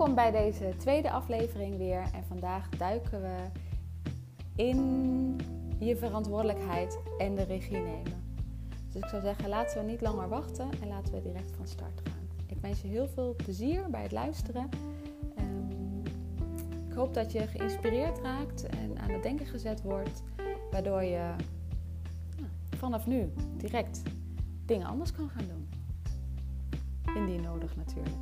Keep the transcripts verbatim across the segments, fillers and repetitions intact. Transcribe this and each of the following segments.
Welkom bij deze tweede aflevering weer en vandaag duiken we in je verantwoordelijkheid en de regie nemen. Dus ik zou zeggen, laten we niet langer wachten en laten we direct van start gaan. Ik wens je heel veel plezier bij het luisteren. Um, ik hoop dat je geïnspireerd raakt en aan het denken gezet wordt, waardoor je nou, vanaf nu direct dingen anders kan gaan doen. Indien nodig natuurlijk.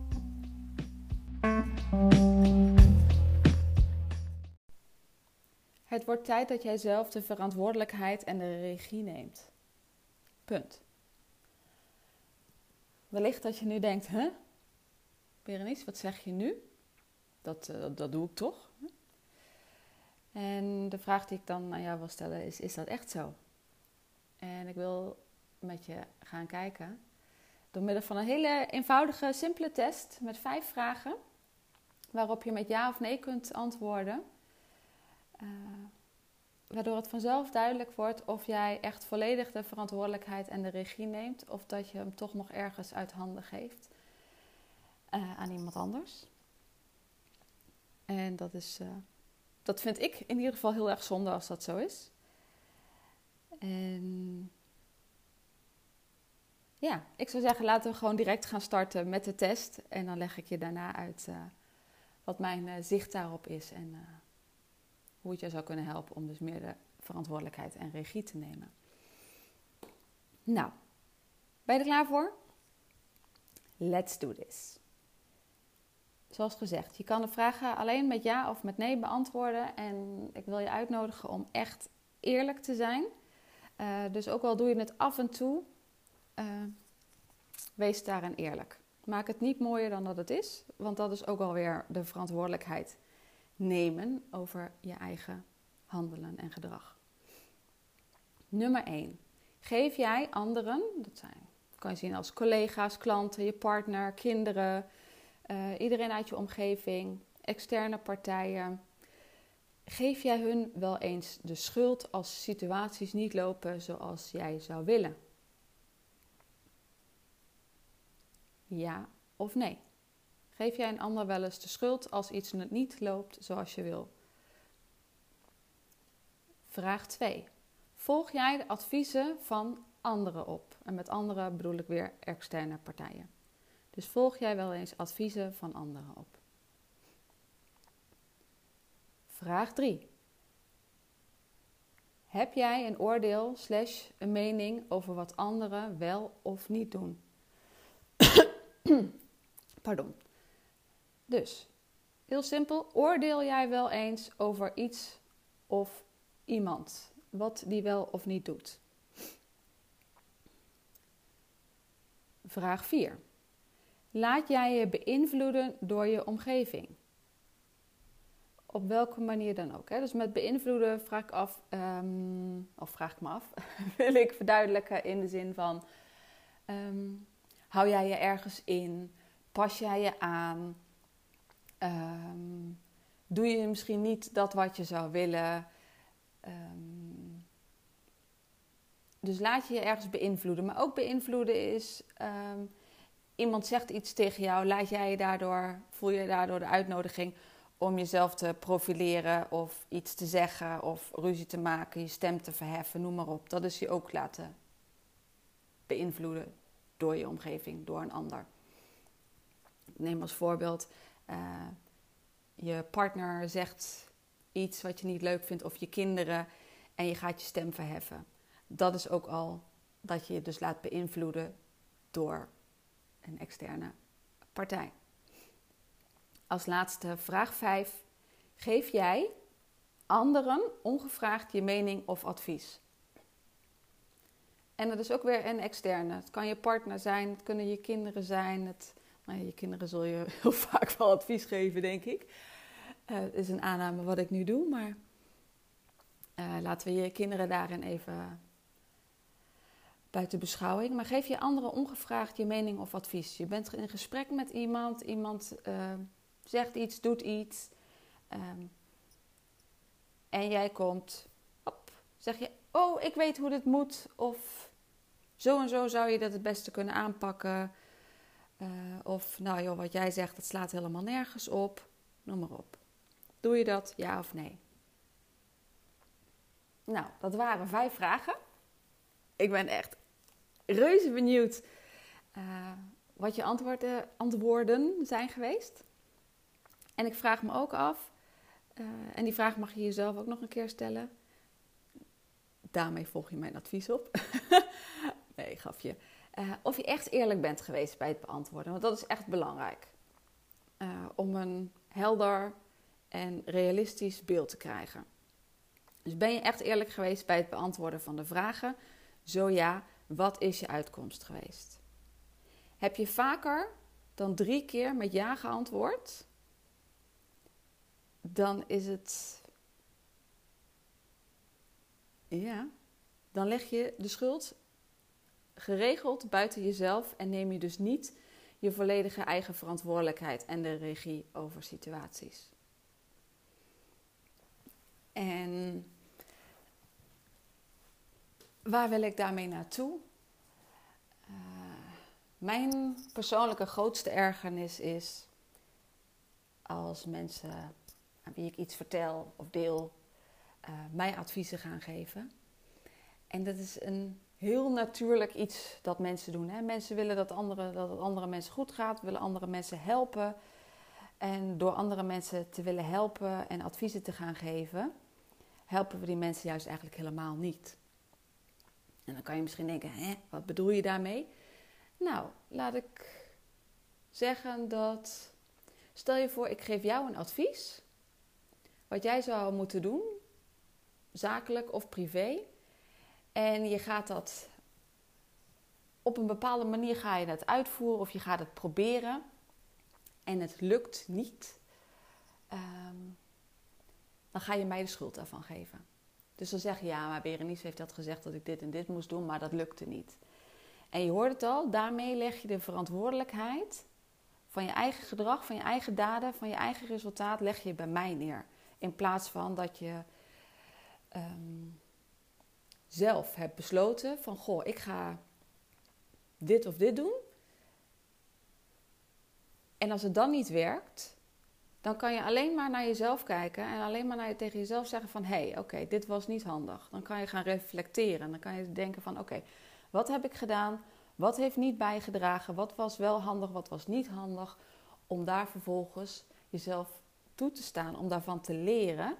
Het wordt tijd dat jij zelf de verantwoordelijkheid en de regie neemt. Punt. Wellicht dat je nu denkt, hè? Huh? Berenice, wat zeg je nu? Dat, uh, dat doe ik toch? En de vraag die ik dan aan jou wil stellen is, is dat echt zo? En ik wil met je gaan kijken door middel van een hele eenvoudige, simpele test met vijf vragen, waarop je met ja of nee kunt antwoorden. Uh, waardoor het vanzelf duidelijk wordt of jij echt volledig de verantwoordelijkheid en de regie neemt, of dat je hem toch nog ergens uit handen geeft uh, aan iemand anders. En dat is, uh, dat vind ik in ieder geval heel erg zonde als dat zo is. En ja, ik zou zeggen, laten we gewoon direct gaan starten met de test. En dan leg ik je daarna uit uh, wat mijn uh, zicht daarop is en uh, hoe het je zou kunnen helpen om dus meer de verantwoordelijkheid en regie te nemen. Nou, ben je er klaar voor? Let's do this. Zoals gezegd, je kan de vragen alleen met ja of met nee beantwoorden. En ik wil je uitnodigen om echt eerlijk te zijn. Uh, dus ook al doe je het af en toe, uh, wees daarin eerlijk. Maak het niet mooier dan dat het is, want dat is ook alweer de verantwoordelijkheid nemen over je eigen handelen en gedrag. Nummer één. Geef jij anderen, dat zijn, kan je zien als collega's, klanten, je partner, kinderen, uh, iedereen uit je omgeving, externe partijen. Geef jij hun wel eens de schuld als situaties niet lopen zoals jij zou willen? Ja of nee? Geef jij een ander wel eens de schuld als iets niet loopt zoals je wil? Vraag twee. Volg jij de adviezen van anderen op? En met anderen bedoel ik weer externe partijen. Dus volg jij wel eens adviezen van anderen op? Vraag drie. Heb jij een oordeel slash een mening over wat anderen wel of niet doen? Pardon. Dus, heel simpel, oordeel jij wel eens over iets of iemand, wat die wel of niet doet? Vraag vier. Laat jij je beïnvloeden door je omgeving? Op welke manier dan ook. Hè? Dus met beïnvloeden vraag ik af, um, of vraag ik me af, wil ik verduidelijken in de zin van, um, hou jij je ergens in? Pas jij je aan? Um, doe je misschien niet dat wat je zou willen? Um, dus laat je je ergens beïnvloeden. Maar ook beïnvloeden is, um, iemand zegt iets tegen jou, laat jij je daardoor, voel je daardoor de uitnodiging om jezelf te profileren of iets te zeggen of ruzie te maken, je stem te verheffen, noem maar op. Dat is je ook laten beïnvloeden door je omgeving, door een ander. Ik neem als voorbeeld, uh, je partner zegt iets wat je niet leuk vindt of je kinderen en je gaat je stem verheffen. Dat is ook al dat je je dus laat beïnvloeden door een externe partij. Als laatste vraag vijf. Geef jij anderen ongevraagd je mening of advies? En dat is ook weer een externe. Het kan je partner zijn, het kunnen je kinderen zijn. Het, nou ja, je kinderen zul je heel vaak wel advies geven, denk ik. Uh, het is een aanname wat ik nu doe, maar uh, laten we je kinderen daarin even buiten beschouwing. Maar geef je anderen ongevraagd je mening of advies. Je bent in gesprek met iemand, iemand uh, zegt iets, doet iets. Um, en jij komt, op, zeg je, oh, ik weet hoe dit moet. Of zo en zo zou je dat het beste kunnen aanpakken. Uh, of nou joh, wat jij zegt, dat slaat helemaal nergens op. Noem maar op. Doe je dat, ja of nee? Nou, dat waren vijf vragen. Ik ben echt reuze benieuwd uh, wat je antwoorden, antwoorden zijn geweest. En ik vraag me ook af, uh, en die vraag mag je jezelf ook nog een keer stellen. Daarmee volg je mijn advies op. Nee, grapje. Uh, of je echt eerlijk bent geweest bij het beantwoorden. Want dat is echt belangrijk. Uh, om een helder en realistisch beeld te krijgen. Dus ben je echt eerlijk geweest bij het beantwoorden van de vragen? Zo ja, wat is je uitkomst geweest? Heb je vaker dan drie keer met ja geantwoord? Dan is het... Ja, dan leg je de schuld geregeld buiten jezelf en neem je dus niet je volledige eigen verantwoordelijkheid en de regie over situaties. En waar wil ik daarmee naartoe? Uh, mijn persoonlijke grootste ergernis is als mensen aan wie ik iets vertel of deel, uh, mij adviezen gaan geven. En dat is een heel natuurlijk iets dat mensen doen. Hè? Mensen willen dat, andere, dat het andere mensen goed gaat, willen andere mensen helpen. En door andere mensen te willen helpen en adviezen te gaan geven, helpen we die mensen juist eigenlijk helemaal niet. En dan kan je misschien denken, hè, wat bedoel je daarmee? Nou, laat ik zeggen dat... Stel je voor, ik geef jou een advies. Wat jij zou moeten doen, zakelijk of privé. En je gaat dat... Op een bepaalde manier ga je het uitvoeren of je gaat het proberen. En het lukt niet. Um, dan ga je mij de schuld daarvan geven. Dus dan zeg je, ja, maar Berenice heeft dat gezegd dat ik dit en dit moest doen, maar dat lukte niet. En je hoort het al, daarmee leg je de verantwoordelijkheid van je eigen gedrag, van je eigen daden, van je eigen resultaat, leg je bij mij neer. In plaats van dat je um, zelf hebt besloten van, goh, ik ga dit of dit doen. En als het dan niet werkt, dan kan je alleen maar naar jezelf kijken en alleen maar naar je, tegen jezelf zeggen van, hé, hey, oké, okay, dit was niet handig. Dan kan je gaan reflecteren. Dan kan je denken van, oké, okay, wat heb ik gedaan? Wat heeft niet bijgedragen? Wat was wel handig? Wat was niet handig? Om daar vervolgens jezelf toe te staan, om daarvan te leren.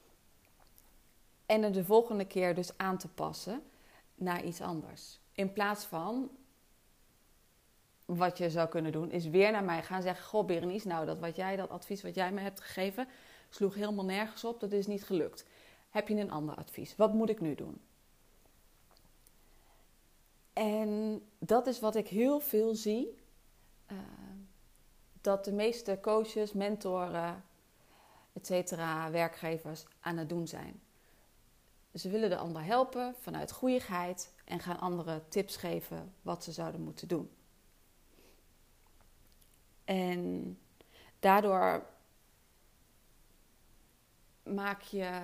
En er de volgende keer dus aan te passen naar iets anders. In plaats van, wat je zou kunnen doen, is weer naar mij gaan zeggen, goh Berenice, nou dat, wat jij, dat advies wat jij me hebt gegeven, sloeg helemaal nergens op, dat is niet gelukt. Heb je een ander advies? Wat moet ik nu doen? En dat is wat ik heel veel zie, uh, dat de meeste coaches, mentoren, et cetera, werkgevers aan het doen zijn. Ze willen de ander helpen vanuit goeieheid en gaan anderen tips geven wat ze zouden moeten doen. En daardoor maak je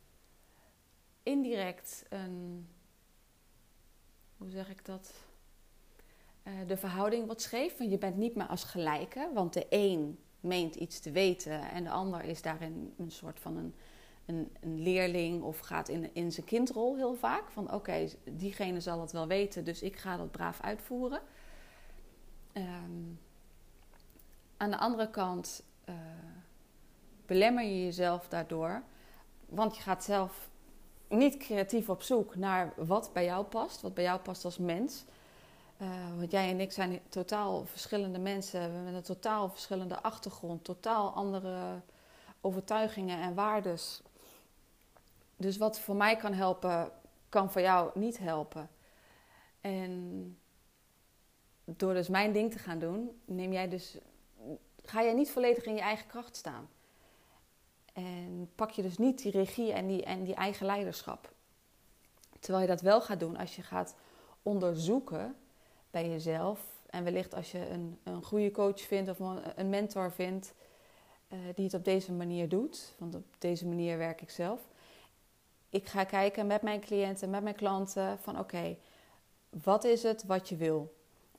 indirect een, hoe zeg ik dat, uh, de verhouding wat scheef. Want je bent niet meer als gelijke, want de een meent iets te weten en de ander is daarin een soort van een, een, een leerling of gaat in, in zijn kindrol heel vaak. Van oké, okay, diegene zal het wel weten, dus ik ga dat braaf uitvoeren. Um, Aan de andere kant uh, belemmer je jezelf daardoor. Want je gaat zelf niet creatief op zoek naar wat bij jou past. Wat bij jou past als mens. Uh, want jij en ik zijn totaal verschillende mensen. We hebben een totaal verschillende achtergrond. Totaal andere overtuigingen en waardes. Dus wat voor mij kan helpen, kan voor jou niet helpen. En door dus mijn ding te gaan doen, neem jij dus... Ga jij niet volledig in je eigen kracht staan. En pak je dus niet die regie en die, en die eigen leiderschap. Terwijl je dat wel gaat doen als je gaat onderzoeken bij jezelf. En wellicht als je een, een goede coach vindt of een mentor vindt uh, die het op deze manier doet. Want op deze manier werk ik zelf. Ik ga kijken met mijn cliënten, met mijn klanten van oké, okay, wat is het wat je wil?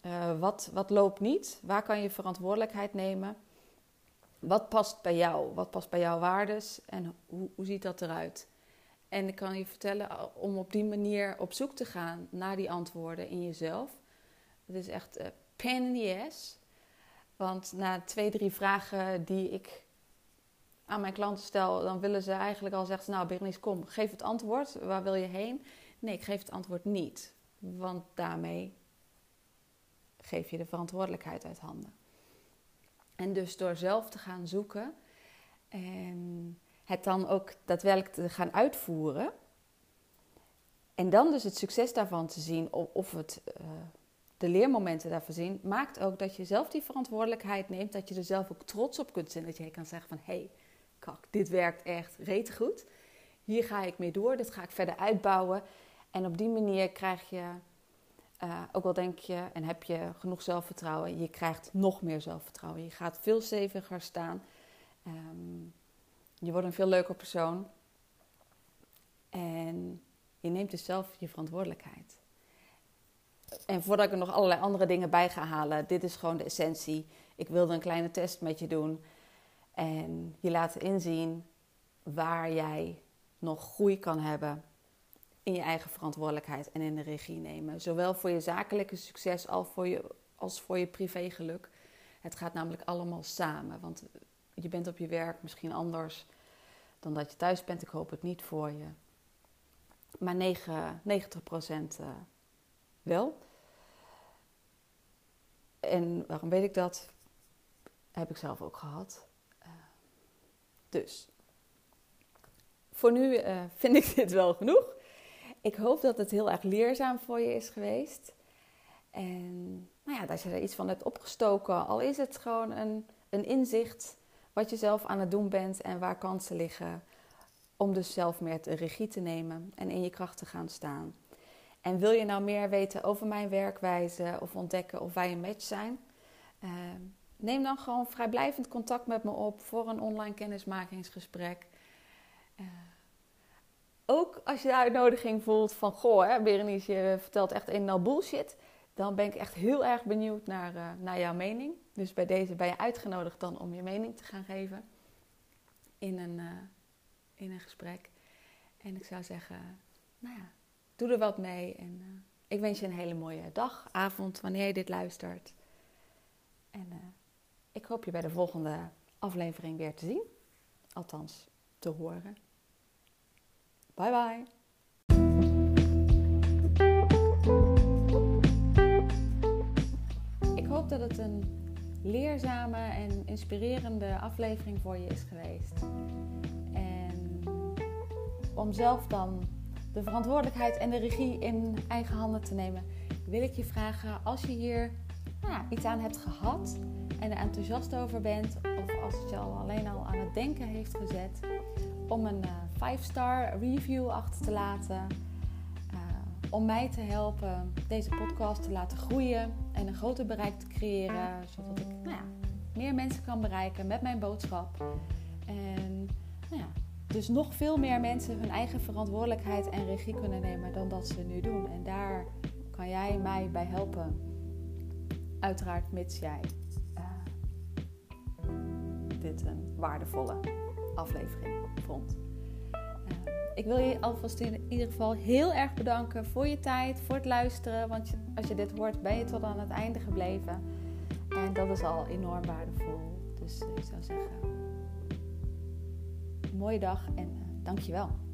Uh, wat, wat loopt niet? Waar kan je verantwoordelijkheid nemen? Wat past bij jou? Wat past bij jouw waardes? En hoe, hoe ziet dat eruit? En ik kan je vertellen, om op die manier op zoek te gaan naar die antwoorden in jezelf. Het is echt uh, pain in the ass. Want na twee, drie vragen die ik aan mijn klanten stel, dan willen ze eigenlijk al zeggen, nou Berenice, kom, geef het antwoord. Waar wil je heen? Nee, ik geef het antwoord niet. Want daarmee geef je de verantwoordelijkheid uit handen. En dus door zelf te gaan zoeken en het dan ook daadwerkelijk te gaan uitvoeren. En dan dus het succes daarvan te zien, of het, uh, de leermomenten daarvan zien, maakt ook dat je zelf die verantwoordelijkheid neemt. Dat je er zelf ook trots op kunt zijn. Dat je kan zeggen van, hé, hey, kak, dit werkt echt rete goed. Hier ga ik mee door, dit ga ik verder uitbouwen. En op die manier krijg je, uh, ook al denk je en heb je genoeg zelfvertrouwen, je krijgt nog meer zelfvertrouwen. Je gaat veel steviger staan. Um, je wordt een veel leuker persoon. En je neemt dus zelf je verantwoordelijkheid. En voordat ik er nog allerlei andere dingen bij ga halen, dit is gewoon de essentie. Ik wilde een kleine test met je doen. En je laten inzien waar jij nog groei kan hebben in je eigen verantwoordelijkheid en in de regie nemen. Zowel voor je zakelijke succes als voor je, als voor je privégeluk. Het gaat namelijk allemaal samen. Want je bent op je werk misschien anders dan dat je thuis bent. Ik hoop het niet voor je. Maar negentig procent uh, wel. En waarom weet ik dat? Heb ik zelf ook gehad. Uh, dus. Voor nu uh, vind ik dit wel genoeg. Ik hoop dat het heel erg leerzaam voor je is geweest. En nou ja, dat je er iets van hebt opgestoken. Al is het gewoon een, een inzicht wat je zelf aan het doen bent en waar kansen liggen. Om dus zelf meer de regie te nemen en in je kracht te gaan staan. En wil je nou meer weten over mijn werkwijze of ontdekken of wij een match zijn? Uh, neem dan gewoon vrijblijvend contact met me op voor een online kennismakingsgesprek. Uh, ook als je de uitnodiging voelt van, goh, hè, Berenice, je vertelt echt een en al bullshit. Dan ben ik echt heel erg benieuwd naar, uh, naar jouw mening. Dus bij deze ben je uitgenodigd dan om je mening te gaan geven in een, uh, in een gesprek. En ik zou zeggen, nou ja, doe er wat mee. En uh, ik wens je een hele mooie dag, avond, wanneer je dit luistert. En uh, ik hoop je bij de volgende aflevering weer te zien. Althans, te horen. Bye bye. Ik hoop dat het een leerzame en inspirerende aflevering voor je is geweest. En om zelf dan de verantwoordelijkheid en de regie in eigen handen te nemen, wil ik je vragen, als je hier nou, iets aan hebt gehad en er enthousiast over bent, of als het je al alleen al aan het denken heeft gezet, om een vijf star review achter te laten. Uh, om mij te helpen deze podcast te laten groeien en een groter bereik te creëren. Zodat ik nou ja, meer mensen kan bereiken met mijn boodschap. En nou ja, dus nog veel meer mensen hun eigen verantwoordelijkheid en regie kunnen nemen dan dat ze nu doen. En daar kan jij mij bij helpen. Uiteraard mits jij uh, dit een waardevolle aflevering vond. Uh, ik wil je alvast in ieder geval heel erg bedanken voor je tijd, voor het luisteren. Want je, als je dit hoort, ben je tot aan het einde gebleven. En dat is al enorm waardevol. Dus ik zou zeggen, mooie dag en uh, dankjewel.